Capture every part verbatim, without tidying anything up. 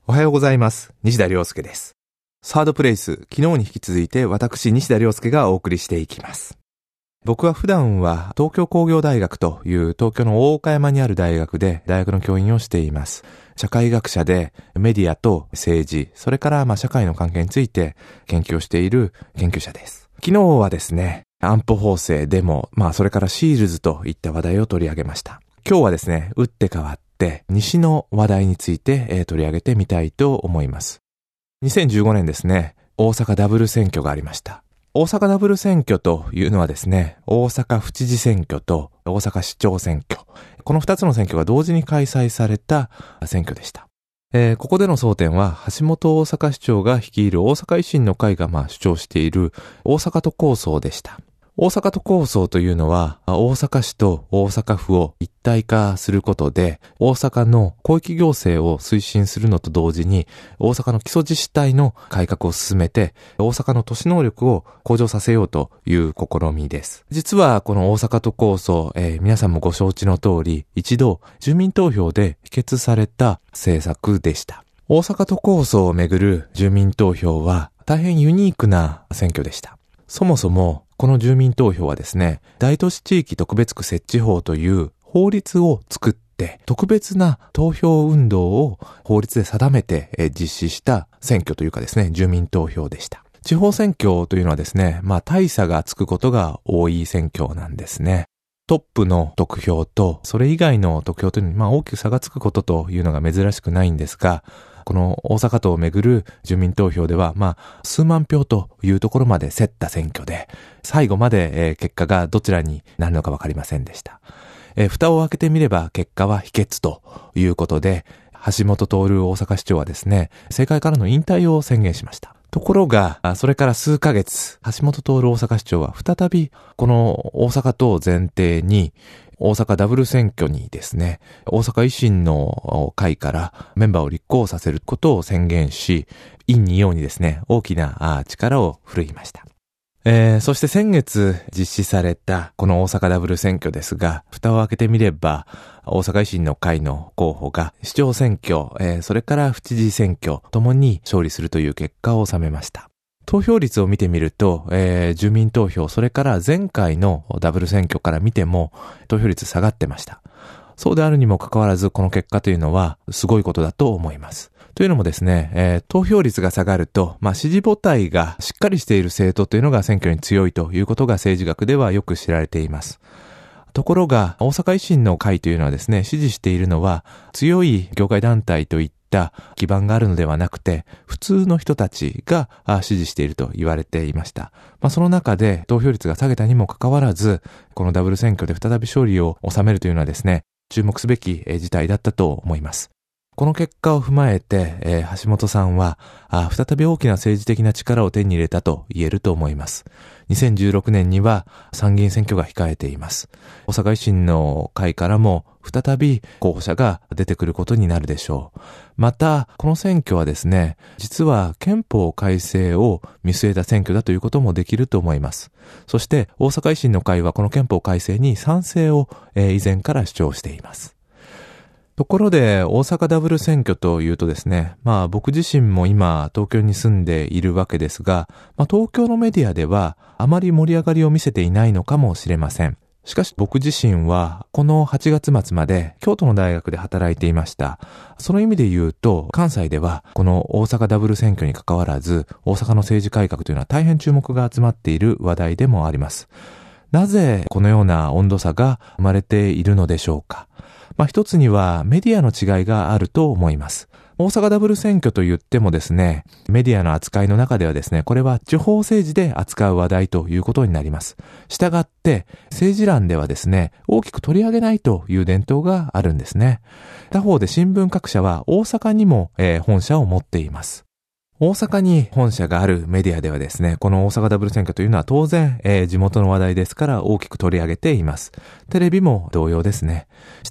おはようございます。西田亮介です。サードプレイス、昨日に引き続いて私西田亮介がお送りしていきます。僕は普段は東京工業大学という東京の大岡山にある大学で大学の教員をしています。社会学者でメディアと政治、それからまあ社会の関係について研究をしている研究者です。昨日はですね、安保法制、デモ、まあそれからシールズといった話題を取り上げました。今日はですね、打って変わって西の話題について取り上げてみたいと思います。にせんじゅうごねんですね、大阪ダブル選挙がありました。大阪ダブル選挙というのはですね、大阪府知事選挙と大阪市長選挙、このふたつの選挙が同時に開催された選挙でした。えー、ここでの争点は橋本大阪市長が率いる大阪維新の会がまあ主張している大阪都構想でした。大阪都構想というのは大阪市と大阪府を一体化することで大阪の広域行政を推進するのと同時に大阪の基礎自治体の改革を進めて大阪の都市能力を向上させようという試みです。実はこの大阪都構想、えー、皆さんもご承知の通り一度住民投票で否決された政策でした。大阪都構想をめぐる住民投票は大変ユニークな選挙でした。そもそもこの住民投票はですね、大都市地域特別区設置法という法律を作って特別な投票運動を法律で定めて実施した選挙というかですね、住民投票でした。地方選挙というのはですね、まあ大差がつくことが多い選挙なんですね。トップの得票とそれ以外の得票というのにまあ大きく差がつくことというのが珍しくないんですが、この大阪都をめぐる住民投票では、まあ、数万票というところまで競った選挙で、最後まで、えー、結果がどちらになるのかわかりませんでした。えー、蓋を開けてみれば結果は否決ということで、橋本徹大阪市長はですね、政界からの引退を宣言しました。ところが、それから数ヶ月、橋本徹大阪市長は再び、この大阪都を前提に、大阪ダブル選挙にですね、大阪維新の会からメンバーを立候補させることを宣言し、陰に陽にですね、大きな力を振るいました。えー、そして先月実施されたこの大阪ダブル選挙ですが、蓋を開けてみれば、大阪維新の会の候補が市長選挙、えー、それから府知事選挙ともに勝利するという結果を収めました。投票率を見てみると、えー、住民投票、それから前回のダブル選挙から見ても投票率下がってました。そうであるにもかかわらず、この結果というのはすごいことだと思います。というのもですね、えー、投票率が下がると、まあ、支持母体がしっかりしている政党というのが選挙に強いということが政治学ではよく知られています。ところが、大阪維新の会というのはですね、支持しているのは強い業界団体といった基盤があるのではなくて、普通の人たちが支持していると言われていました。まあ、その中で投票率が下げたにもかかわらず、このダブル選挙で再び勝利を収めるというのはですね、注目すべき事態だったと思います。この結果を踏まえて、えー、橋本さんはあ再び大きな政治的な力を手に入れたと言えると思います。にせんじゅうろくねんには参議院選挙が控えています。大阪維新の会からも再び候補者が出てくることになるでしょう。また、この選挙はですね、実は憲法改正を見据えた選挙だということもできると思います。そして大阪維新の会はこの憲法改正に賛成を、えー、以前から主張しています。ところで大阪ダブル選挙というとですね、まあ僕自身も今東京に住んでいるわけですが、まあ東京のメディアではあまり盛り上がりを見せていないのかもしれません。しかし僕自身はこのはちがつ末まで京都の大学で働いていました。その意味で言うと関西ではこの大阪ダブル選挙に関わらず大阪の政治改革というのは大変注目が集まっている話題でもあります。なぜこのような温度差が生まれているのでしょうか。まあ一つにはメディアの違いがあると思います。大阪ダブル選挙と言ってもですね、メディアの扱いの中ではですね、これは地方政治で扱う話題ということになります。したがって政治欄ではですね、大きく取り上げないという伝統があるんですね。他方で新聞各社は大阪にも、えー、本社を持っています。大阪に本社があるメディアではですね、この大阪ダブル選挙というのは当然、えー、地元の話題ですから大きく取り上げています。テレビも同様ですね。したがっ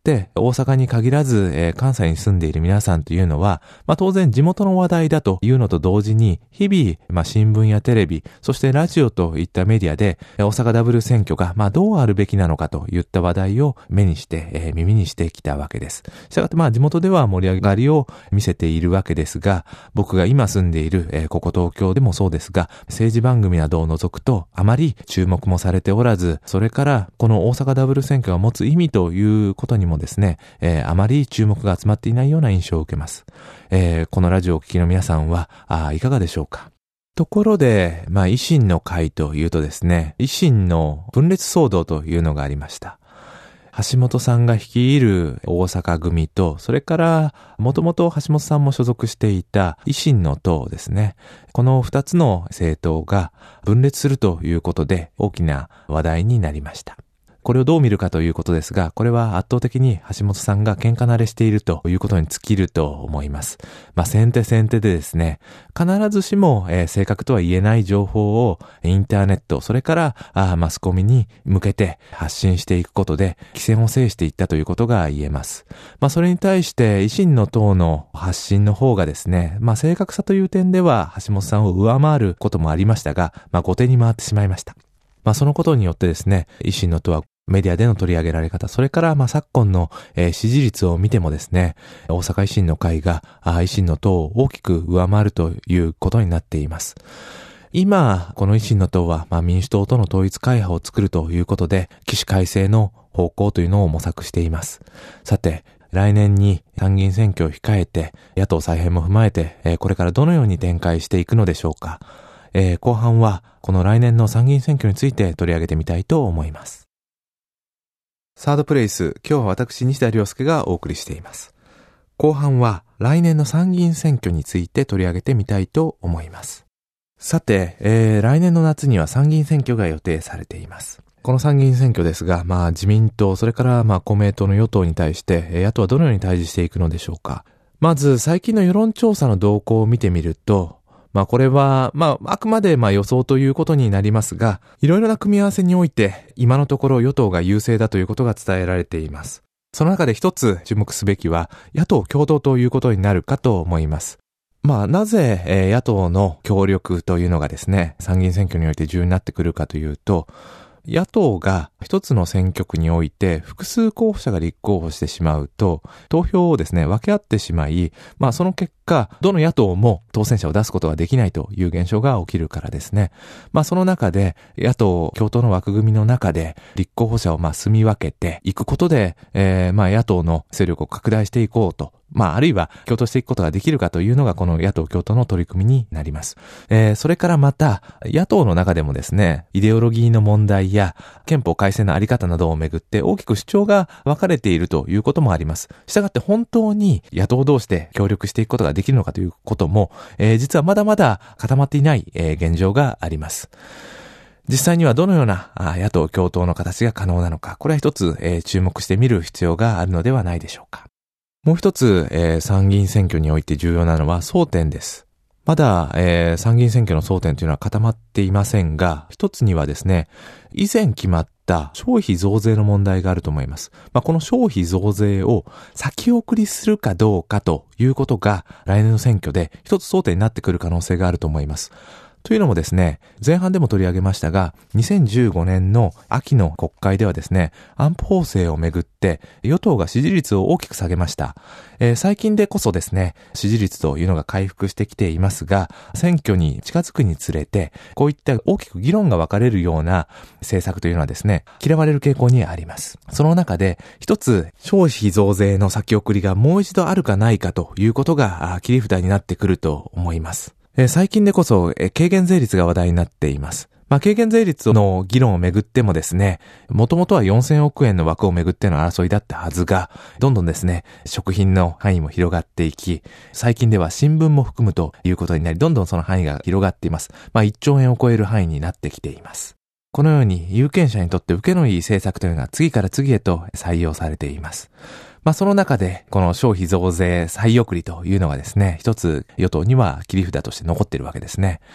って大阪に限らず、えー、関西に住んでいる皆さんというのは、まあ当然地元の話題だというのと同時に、日々、まあ新聞やテレビ、そしてラジオといったメディアで、大阪ダブル選挙が、まあどうあるべきなのかといった話題を目にして、えー、耳にしてきたわけです。したがってまあ地元では盛り上がりを見せているわけですが、僕が今住んでいる、えー、ここ東京でもそうですが、政治番組などを除くとあまり注目もされておらず、それからこの大阪ダブル選挙が持つ意味ということにもですね、えー、あまり注目が集まっていないような印象を受けます。えー、このラジオをお聞きの皆さんは、あ、いかがでしょうか。ところで、まあ維新の会というとですね、維新の分裂騒動というのがありました。橋本さんが率いる大阪組と、それからもともと橋本さんも所属していた維新の党ですね。この二つの政党が分裂するということで大きな話題になりました。これをどう見るかということですが、これは圧倒的に橋本さんが喧嘩慣れしているということに尽きると思います。まあ先手先手でですね、必ずしも、えー、正確とは言えない情報をインターネット、それからあマスコミに向けて発信していくことで、機戦を制していったということが言えます。まあそれに対して維新の党の発信の方がですね、まあ正確さという点では橋本さんを上回ることもありましたが、まあ後手に回ってしまいました。まあそのことによってですね、維新の党はメディアでの取り上げられ方、それからまあ昨今の、えー、支持率を見てもですね、大阪維新の会があ維新の党を大きく上回るということになっています。今、この維新の党はまあ民主党との統一会派を作るということで、起死回生の方向というのを模索しています。さて、来年に参議院選挙を控えて、野党再編も踏まえて、えー、これからどのように展開していくのでしょうか。えー、後半はこの来年の参議院選挙について取り上げてみたいと思います。サードプレイス、今日は私西田亮介がお送りしています。後半は来年の参議院選挙について取り上げてみたいと思います。さて、えー、来年の夏には参議院選挙が予定されています。この参議院選挙ですが、まあ自民党、それからまあ公明党の与党に対して、野党はどのように対峙していくのでしょうか。まず最近の世論調査の動向を見てみると、まあこれは、まああくまでまあ予想ということになりますが、いろいろな組み合わせにおいて、今のところ与党が優勢だということが伝えられています。その中で一つ注目すべきは、野党共闘ということになるかと思います。まあなぜ、えー、野党の協力というのがですね、参議院選挙において重要になってくるかというと、野党が一つの選挙区において複数候補者が立候補してしまうと、投票をですね、分け合ってしまい、まあその結果、どの野党も当選者を出すことができないという現象が起きるからですね。まあその中で、野党共闘の枠組みの中で、立候補者をまあ住み分けていくことで、えー、まあ野党の勢力を拡大していこうと。まあ、あるいは共闘していくことができるかというのがこの野党共闘の取り組みになります。えー、それからまた、野党の中でもですね、イデオロギーの問題や憲法改正のあり方などをめぐって大きく主張が分かれているということもあります。したがって本当に野党同士で協力していくことができるのかということも、えー、実はまだまだ固まっていない、えー、現状があります。実際にはどのような野党共闘の形が可能なのか、これは一つ、えー、注目してみる必要があるのではないでしょうか。もう一つ、えー、参議院選挙において重要なのは争点です。まだ、えー、参議院選挙の争点というのは固まっていませんが、一つにはですね、以前決まった消費増税の問題があると思います。まあ、この消費増税を先送りするかどうかということが来年の選挙で一つ争点になってくる可能性があると思います。というのもですね、前半でも取り上げましたが、にせんじゅうごねんの秋の国会ではですね、安保法制をめぐって与党が支持率を大きく下げました。えー、最近でこそですね、支持率というのが回復してきていますが、選挙に近づくにつれて、こういった大きく議論が分かれるような政策というのはですね、嫌われる傾向にあります。その中で、一つ消費増税の先送りがもう一度あるかないかということが切り札になってくると思います。えー、最近でこそ、えー、軽減税率が話題になっています。まあ、軽減税率の議論をめぐってもですね、もともとはよんせんおくえんの枠をめぐっての争いだったはずが、どんどんですね、食品の範囲も広がっていき、最近では新聞も含むということになり、どんどんその範囲が広がっています。まあ、いっちょうえんを超える範囲になってきています。このように有権者にとって受けのいい政策というのが次から次へと採用されています。まあその中でこの消費増税再送りというのがですね、一つ与党には切り札として残っているわけですね。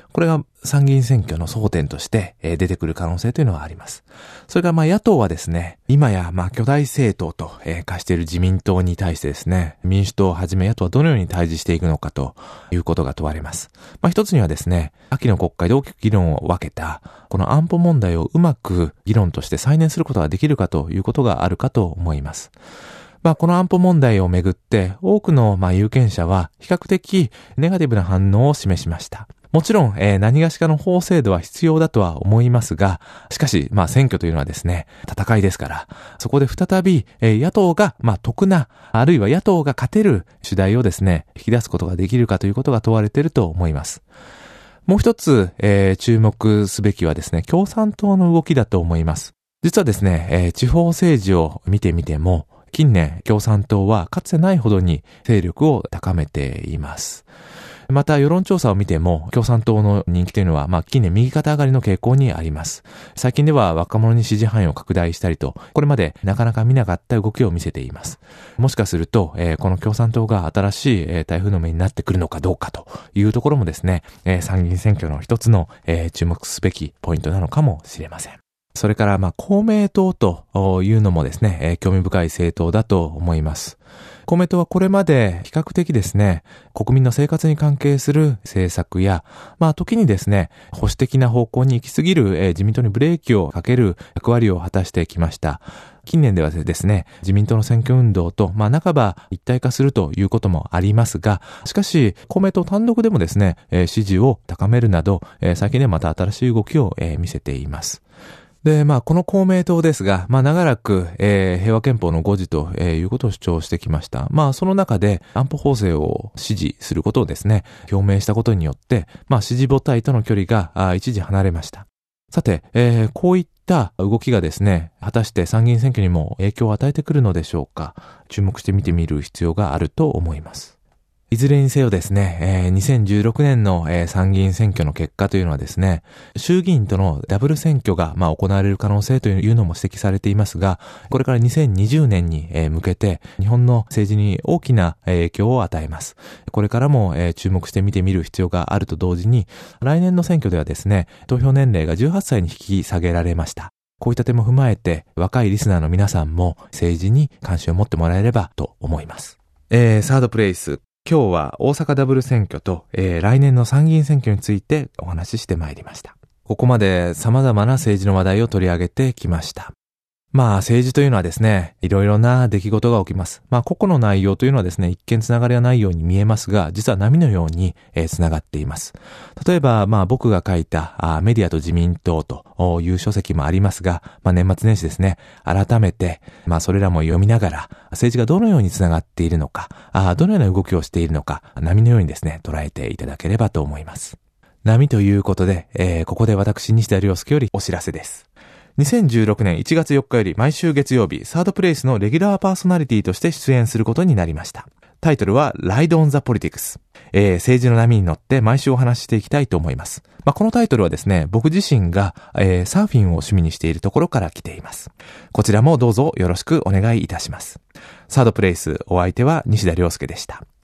これが参議院選挙の争点として出てくる可能性というのはあります。それからまあ野党はですね、今やまあ巨大政党と化している自民党に対してですね、民主党をはじめ野党はどのように対峙していくのかということが問われます。まあ一つにはですね、秋の国会で大きく議論を分けたこの安保問題をうまく議論として再燃することができるかということがあるかと思います。まあ、この安保問題をめぐって多くのまあ有権者は比較的ネガティブな反応を示しました。もちろん、えー、何がしかの法制度は必要だとは思いますが、しかし、まあ選挙というのはですね、戦いですから、そこで再び、えー、野党が、まあ得な、あるいは野党が勝てる主題をですね、引き出すことができるかということが問われていると思います。もう一つ、えー、注目すべきはですね、共産党の動きだと思います。実はですね、えー、地方政治を見てみても、近年共産党はかつてないほどに勢力を高めています。また世論調査を見ても共産党の人気というのはまあ近年右肩上がりの傾向にあります。最近では若者に支持範囲を拡大したりと、これまでなかなか見なかった動きを見せています。もしかすると、えー、この共産党が新しい、えー、台風の目になってくるのかどうかというところもですね、えー、参議院選挙の一つの、えー、注目すべきポイントなのかもしれません。それから、まあ、公明党というのもですね、えー、興味深い政党だと思います。公明党はこれまで比較的ですね、国民の生活に関係する政策や、まあ、時にですね、保守的な方向に行き過ぎる、えー、自民党にブレーキをかける役割を果たしてきました。近年ではですね、自民党の選挙運動と、まあ、半ば一体化するということもありますが、しかし、公明党単独でもですね、えー、支持を高めるなど、えー、最近ではまた新しい動きを、えー、見せています。で、まあ、この公明党ですが、まあ、長らく、えー、平和憲法の誤字と、えー、いうことを主張してきました。まあ、その中で安保法制を支持することをですね、表明したことによって、まあ、支持母体との距離があ一時離れました。さて、えー、こういった動きがですね、果たして参議院選挙にも影響を与えてくるのでしょうか。注目して見てみる必要があると思います。いずれにせよですね、えー、にせんじゅうろくねんの、えー、参議院選挙の結果というのはですね、衆議院とのダブル選挙が、まあ、行われる可能性というのも指摘されていますが、これからにせんにじゅうねんに、えー、向けて日本の政治に大きな影響を与えます。これからも、えー、注目して見てみる必要があると同時に、来年の選挙ではですね、投票年齢がじゅうはっさいに引き下げられました。こういった点も踏まえて、若いリスナーの皆さんも政治に関心を持ってもらえればと思います。えー、サードプレイス。今日は大阪ダブル選挙と、えー、来年の参議院選挙についてお話ししてまいりました。ここまで様々な政治の話題を取り上げてきました。まあ政治というのはですね、いろいろな出来事が起きます。まあ個々の内容というのはですね、一見つながりがないように見えますが、実は波のように、えー、つながっています。例えば、まあ僕が書いたあメディアと自民党という書籍もありますが、まあ年末年始ですね、改めて、まあそれらも読みながら、政治がどのようにつながっているのか、あどのような動きをしているのか、波のようにですね、捉えていただければと思います。波ということで、えー、ここで私西田亮介よりお知らせです。にせんじゅうろくねんいちがつよっかより毎週月曜日、サードプレイスのレギュラーパーソナリティとして出演することになりました。タイトルは Ride on the Politics、えー。政治の波に乗って毎週お話ししていきたいと思います。まあ、このタイトルはですね、僕自身が、えー、サーフィンを趣味にしているところから来ています。こちらもどうぞよろしくお願いいたします。サードプレイス、お相手は西田亮介でした。